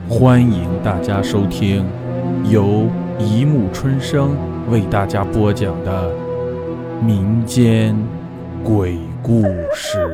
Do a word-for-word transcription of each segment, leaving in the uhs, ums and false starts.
欢迎大家收听由一木春生为大家播讲的民间鬼故事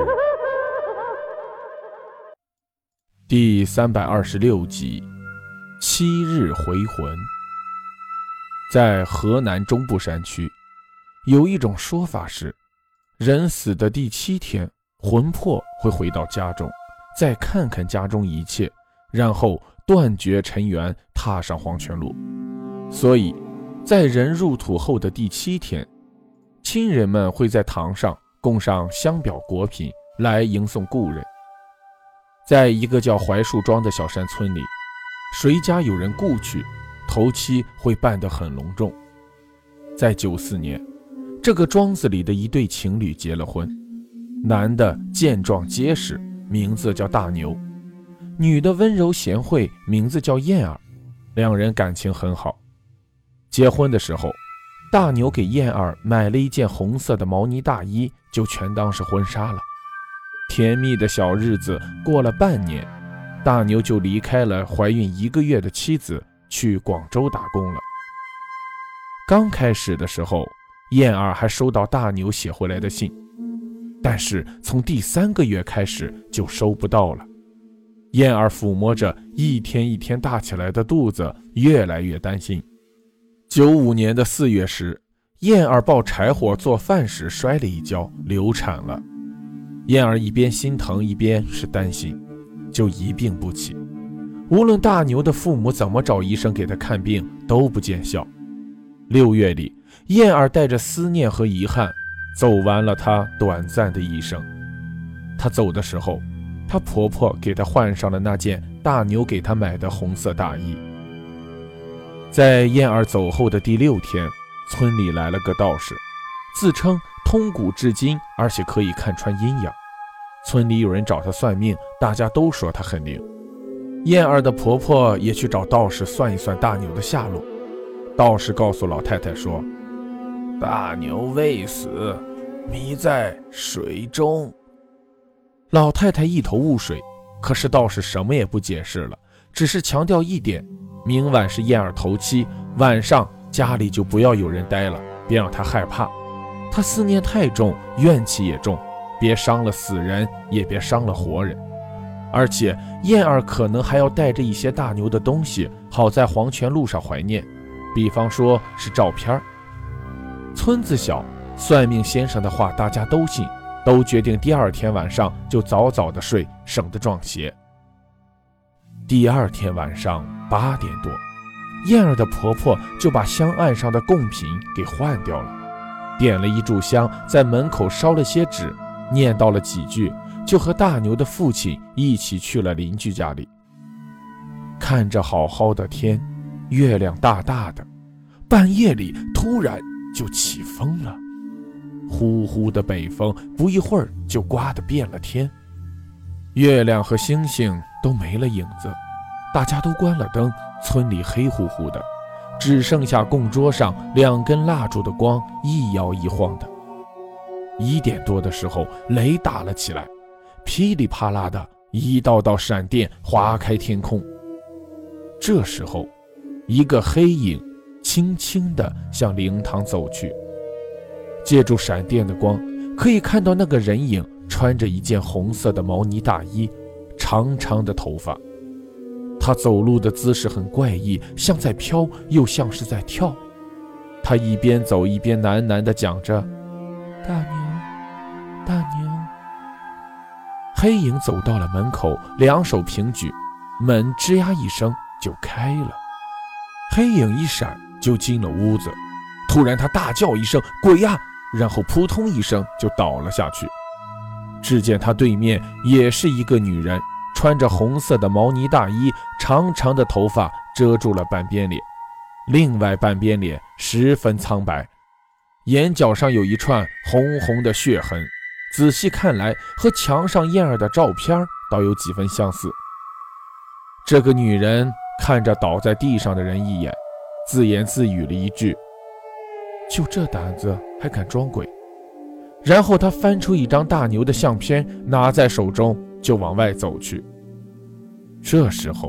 第三百二十六集，七日回魂。在河南中部山区，有一种说法是，人死的第七天，魂魄会回到家中，再看看家中一切，然后断绝尘缘，踏上黄泉路。所以在人入土后的第七天，亲人们会在堂上供上香表果品来迎送故人。在一个叫槐树庄的小山村里，谁家有人故去，头七会办得很隆重。在九四年，这个庄子里的一对情侣结了婚，男的健壮结实，名字叫大牛，女的温柔贤惠，名字叫燕儿，两人感情很好。结婚的时候，大牛给燕儿买了一件红色的毛呢大衣，就全当是婚纱了。甜蜜的小日子过了半年，大牛就离开了怀孕一个月的妻子，去广州打工了。刚开始的时候，燕儿还收到大牛写回来的信，但是从第三个月开始就收不到了。燕儿抚摸着一天一天大起来的肚子，越来越担心。九五年的四月时，燕儿抱柴火做饭时摔了一跤，流产了。燕儿一边心疼一边是担心，就一病不起。无论大牛的父母怎么找医生给他看病，都不见效。六月里，燕儿带着思念和遗憾走完了她短暂的一生。她走的时候，她婆婆给她换上了那件大牛给她买的红色大衣。在燕儿走后的第六天，村里来了个道士，自称通古至今，而且可以看穿阴阳。村里有人找他算命，大家都说他很灵。燕儿的婆婆也去找道士算一算大牛的下落。道士告诉老太太说，大牛未死，迷在水中。老太太一头雾水，可是道士什么也不解释了，只是强调一点，明晚是燕儿头七，晚上家里就不要有人待了，别让她害怕。她思念太重，怨气也重，别伤了死人，也别伤了活人。而且燕儿可能还要带着一些大牛的东西，好在黄泉路上怀念，比方说是照片。村子小，算命先生的话大家都信，都决定第二天晚上就早早的睡，省得撞邪。第二天晚上八点多，燕儿的婆婆就把香案上的贡品给换掉了，点了一炷香，在门口烧了些纸，念叨了几句，就和大牛的父亲一起去了邻居家里。看着好好的天，月亮大大的，半夜里突然就起风了，呼呼的北风不一会儿就刮得变了天，月亮和星星都没了影子，大家都关了灯，村里黑乎乎的，只剩下供桌上两根蜡烛的光一摇一晃的。一点多的时候，雷打了起来，噼里啪啦的一道道闪电划开天空。这时候，一个黑影轻轻地向灵堂走去，借助闪电的光，可以看到那个人影穿着一件红色的毛呢大衣，长长的头发。他走路的姿势很怪异，像在飘，又像是在跳。他一边走一边喃喃地讲着，大牛，大牛。黑影走到了门口，两手平举，门吱呀一声就开了。黑影一闪就进了屋子，突然他大叫一声，鬼呀！然后扑通一声就倒了下去。只见他对面也是一个女人，穿着红色的毛呢大衣，长长的头发遮住了半边脸，另外半边脸十分苍白，眼角上有一串红红的血痕，仔细看来和墙上燕儿的照片倒有几分相似。这个女人看着倒在地上的人一眼，自言自语了一句，就这胆子还敢装鬼。然后她翻出一张大牛的相片，拿在手中就往外走去。这时候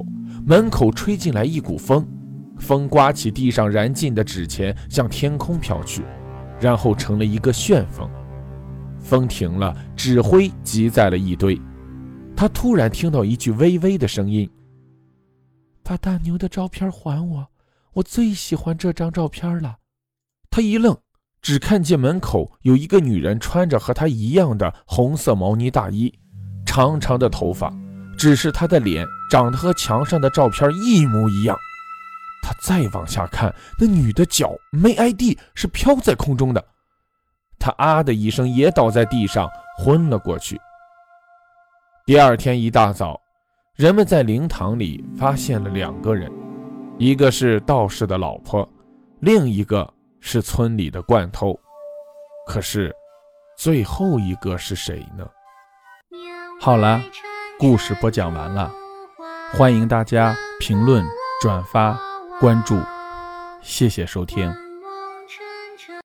门口吹进来一股风，风刮起地上燃尽的纸钱，向天空飘去，然后成了一个旋风。风停了，纸灰积在了一堆。他突然听到一句微微的声音：把大牛的照片还我，我最喜欢这张照片了。他一愣，只看见门口有一个女人穿着和他一样的红色毛呢大衣，长长的头发，只是她的脸长得和墙上的照片一模一样。他再往下看，那女的脚没挨地，是飘在空中的。他啊的一声也倒在地上，昏了过去。第二天一大早，人们在灵堂里发现了两个人，一个是道士的老婆，另一个是村里的惯偷。可是最后一个是谁呢？ 好了，故事播讲完了，欢迎大家评论、转发、关注，谢谢收听。